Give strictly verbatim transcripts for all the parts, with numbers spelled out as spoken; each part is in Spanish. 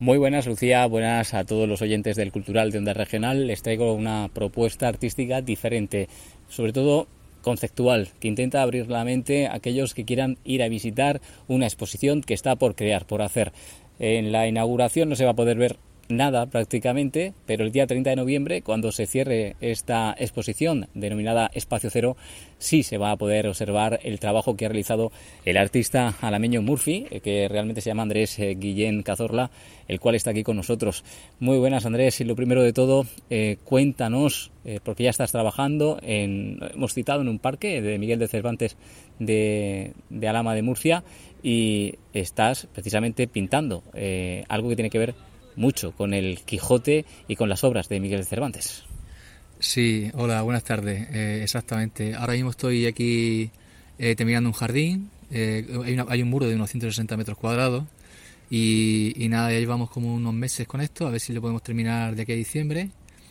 Muy buenas, Lucía, buenas a todos los oyentes del Cultural de Onda Regional. Les traigo una propuesta artística diferente, sobre todo conceptual, que intenta abrir la mente a aquellos que quieran ir a visitar una exposición que está por crear, por hacer. En la inauguración no se va a poder ver nada prácticamente, pero el día treinta de noviembre, cuando se cierre esta exposición denominada Espacio Cero, sí se va a poder observar el trabajo que ha realizado el artista alameño Murphy, que realmente se llama Andrés Guillén Cazorla, el cual está aquí con nosotros. Muy buenas, Andrés, y lo primero de todo, eh, cuéntanos, eh, porque ya estás trabajando, en, hemos citado en un parque de Miguel de Cervantes de, de Alhama de Murcia, y estás precisamente pintando eh, algo que tiene que ver mucho con el Quijote y con las obras de Miguel de Cervantes. Sí, hola, buenas tardes. Eh, exactamente. Ahora mismo estoy aquí eh, terminando un jardín. Eh, hay, una- hay un muro de unos ciento sesenta metros cuadrados y, y nada, ya llevamos como unos meses con esto, a ver si lo podemos terminar de aquí a diciembre.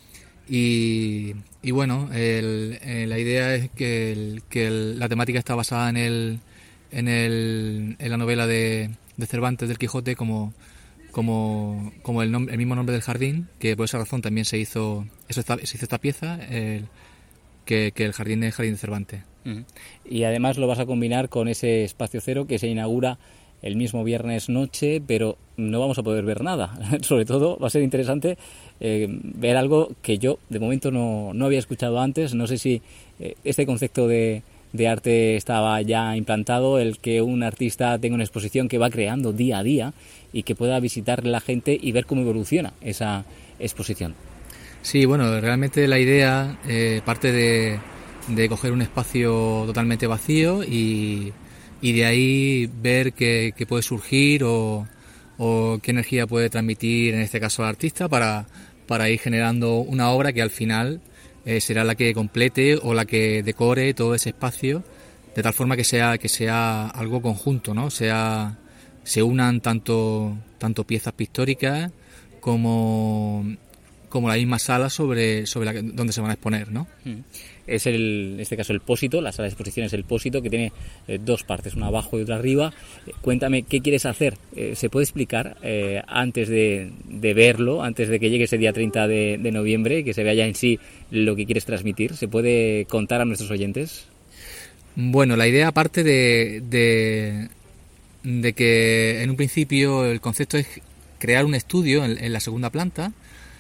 Y, y bueno, el- eh, la idea es que, el- que el- la temática está basada en, el, en, el, en la novela de, de Cervantes del Quijote, como como, como el, nombre, el mismo nombre del jardín, que por esa razón también se hizo, eso está- se hizo esta pieza, el- que, que el jardín es Jardín de Cervantes. Uh-huh. Y además lo vas a combinar con ese Espacio Cero que se inaugura el mismo viernes noche, pero no vamos a poder ver nada. Sobre todo va a ser interesante eh, ver algo que yo de momento no, no había escuchado antes. No sé si eh, este concepto de, de arte estaba ya implantado, el que un artista tenga una exposición que va creando día a día y que pueda visitar la gente y ver cómo evoluciona esa exposición. Sí, bueno, realmente la idea eh, parte de, de coger un espacio totalmente vacío y, y de ahí ver qué, qué puede surgir o, o qué energía puede transmitir, en este caso, el artista para, para ir generando una obra que al final eh, será la que complete o la que decore todo ese espacio de tal forma que sea que sea algo conjunto, ¿no? Sea se unan tanto tanto piezas pictóricas como como la misma sala sobre sobre la que, donde se van a exponer, ¿no? Es el, en este caso el Pósito, la sala de exposiciones el Pósito, que tiene eh, dos partes, una abajo y otra arriba. Eh, cuéntame, ¿qué quieres hacer? Eh, ¿Se puede explicar eh, antes de, de verlo, antes de que llegue ese día treinta de, de noviembre, que se vea ya en sí lo que quieres transmitir? ¿Se puede contar a nuestros oyentes? Bueno, la idea parte de, de, de que en un principio el concepto es crear un estudio en, en la segunda planta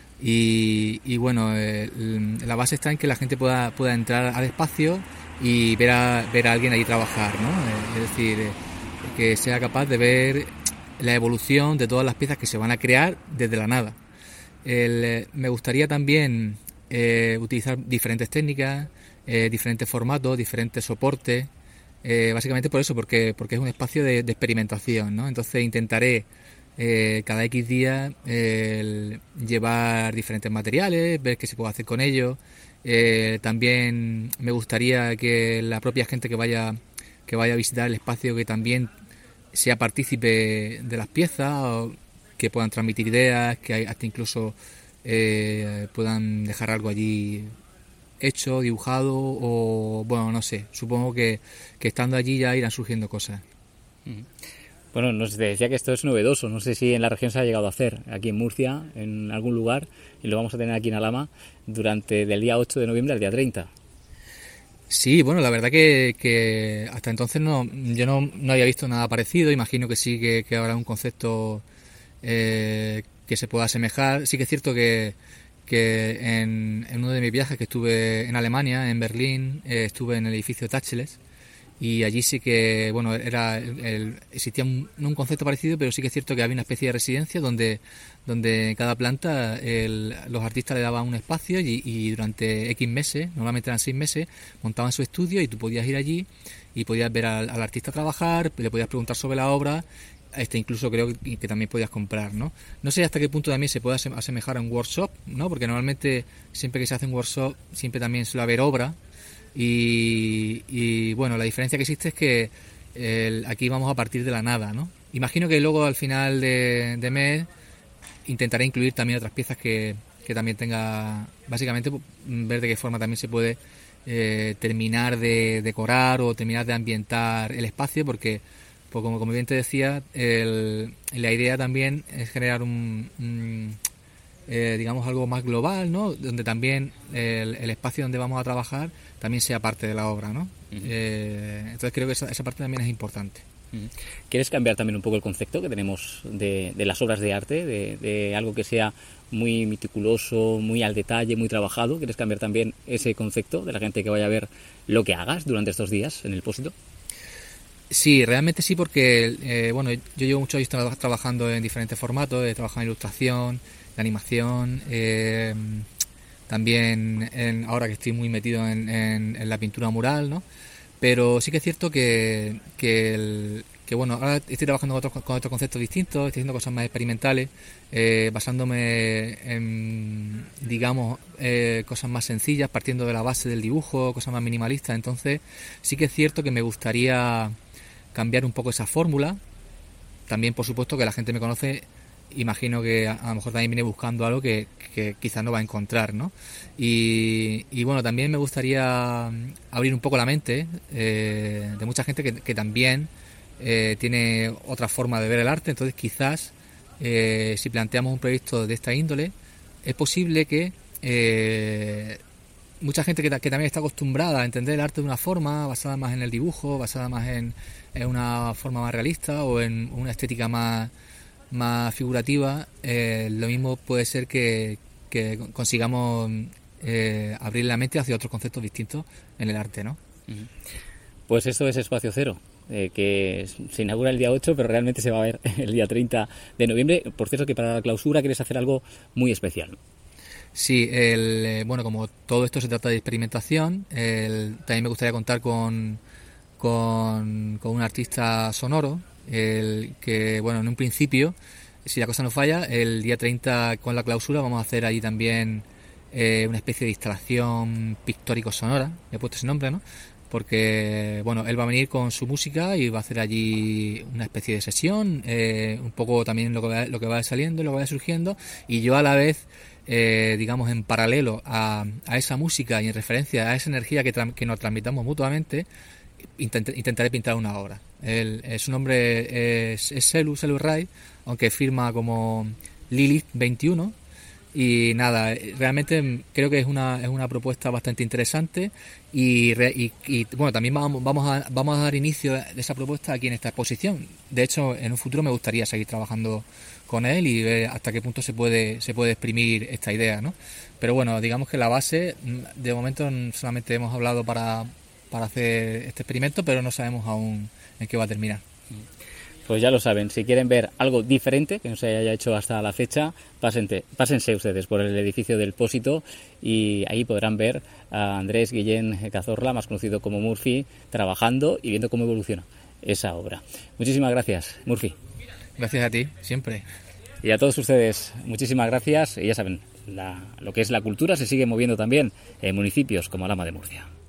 y, y bueno, eh, la base está en que la gente pueda, pueda entrar al espacio y ver a, ver a alguien allí trabajar, ¿no? Eh, Es decir, eh, que sea capaz de ver la evolución de todas las piezas que se van a crear desde la nada. El, eh, me gustaría también eh, utilizar diferentes técnicas, eh, diferentes formatos, diferentes soportes, eh, básicamente por eso, porque, porque es un espacio de, de experimentación, ¿no? Entonces intentaré eh, cada X días eh, el llevar diferentes materiales, ver qué se puede hacer con ellos. Eh, también me gustaría que la propia gente que vaya que vaya a visitar el espacio que también sea partícipe de las piezas, o que puedan transmitir ideas, que hay, hasta incluso eh, puedan dejar algo allí hecho, dibujado o bueno, no sé, supongo que, que estando allí ya irán surgiendo cosas. Bueno, nos decía que esto es novedoso, no sé si en la región se ha llegado a hacer, aquí en Murcia, en algún lugar, y lo vamos a tener aquí en Alhama durante del día ocho de noviembre al día treinta. Sí, bueno, la verdad que, que hasta entonces no, yo no, no había visto nada parecido. Imagino que sí que, que habrá un concepto eh, que se pueda asemejar. Sí que es cierto que, que en, en uno de mis viajes que estuve en Alemania, en Berlín, eh, estuve en el edificio Tacheles y allí sí que, bueno, era el, el- existía un, no un concepto parecido, pero sí que es cierto que había una especie de residencia donde, donde en cada planta el- los artistas le daban un espacio y, y durante X meses, normalmente eran seis meses, montaban su estudio y tú podías ir allí y podías ver al, al artista trabajar, le podías preguntar sobre la obra, este incluso creo que, que también podías comprar, ¿no? No sé hasta qué punto también se puede asem- asemejar a un workshop, ¿no? Porque normalmente siempre que se hace un workshop siempre también suele haber obra y, y, bueno, la diferencia que existe es que el, aquí vamos a partir de la nada, ¿no? Imagino que luego al final de, de mes intentaré incluir también otras piezas que, que también tenga, básicamente ver de qué forma también se puede eh, terminar de decorar o terminar de ambientar el espacio, porque pues como, como bien te decía, el, la idea también es generar un, un eh, digamos algo más global, ¿no? Donde también el, el espacio donde vamos a trabajar también sea parte de la obra, ¿no? Uh-huh. eh, entonces creo que esa, esa parte también es importante. ¿Quieres cambiar también un poco el concepto que tenemos de, de las obras de arte, de, de algo que sea muy meticuloso, muy al detalle, muy trabajado? ¿Quieres cambiar también ese concepto de la gente que vaya a ver lo que hagas durante estos días en el Pósito? Sí, realmente sí, porque eh, bueno, yo llevo muchos años trabajando en diferentes formatos, he trabajado en ilustración, en animación, eh, también en, ahora que estoy muy metido en, en, en la pintura mural, ¿no? Pero sí que es cierto que, que, el, que bueno, ahora estoy trabajando con otros, con otros conceptos distintos, estoy haciendo cosas más experimentales, eh, basándome en, digamos, eh, cosas más sencillas, partiendo de la base del dibujo, cosas más minimalistas. Entonces sí que es cierto que me gustaría cambiar un poco esa fórmula. También, por supuesto, que la gente me conoce, imagino que a, a lo mejor también viene buscando algo que, que quizás no va a encontrar, ¿no? Y, y bueno, también me gustaría abrir un poco la mente eh, de mucha gente que, que también eh, tiene otra forma de ver el arte. Entonces quizás eh, si planteamos un proyecto de esta índole, es posible que eh, mucha gente que, que también está acostumbrada a entender el arte de una forma basada más en el dibujo, basada más en, en una forma más realista o en una estética más más figurativa, eh, lo mismo puede ser que, que consigamos eh, abrir la mente hacia otros conceptos distintos en el arte, ¿no? Pues esto es Espacio Cero, eh, que se inaugura el día ocho, pero realmente se va a ver el día treinta de noviembre. Por cierto, que para la clausura quieres hacer algo muy especial. Sí, el, bueno, como todo esto se trata de experimentación, el, también me gustaría contar con, con, con un artista sonoro, el que, bueno, en un principio, si la cosa no falla, el día treinta con la clausura vamos a hacer allí también eh, una especie de instalación pictórico-sonora, le he puesto ese nombre, ¿no? Porque, bueno, él va a venir con su música y va a hacer allí una especie de sesión, eh, un poco también lo que va, lo que va saliendo, lo que va surgiendo, y yo a la vez, eh, digamos, en paralelo a, a esa música y en referencia a esa energía que, tra- que nos transmitamos mutuamente, Intent, intentaré pintar una obra. El, su nombre es, es Selu, Selu Rai, aunque firma como Lilith veintiuno. Y nada, realmente creo que es una, es una propuesta bastante interesante y, y, y bueno, también vamos, vamos, a, vamos a dar inicio de esa propuesta aquí en esta exposición. De hecho, en un futuro me gustaría seguir trabajando con él y ver hasta qué punto se puede, se puede exprimir esta idea, ¿no? Pero bueno, digamos que la base, de momento solamente hemos hablado para... para hacer este experimento, pero no sabemos aún en qué va a terminar. Pues ya lo saben, si quieren ver algo diferente que no se haya hecho hasta la fecha, pásense, pásense ustedes por el edificio del Pósito y ahí podrán ver a Andrés Guillén Cazorla, más conocido como Murphy, trabajando y viendo cómo evoluciona esa obra. Muchísimas gracias, Murphy. Gracias a ti, siempre. Y a todos ustedes, muchísimas gracias. Y ya saben, la, lo que es la cultura se sigue moviendo también en municipios como Alhama de Murcia.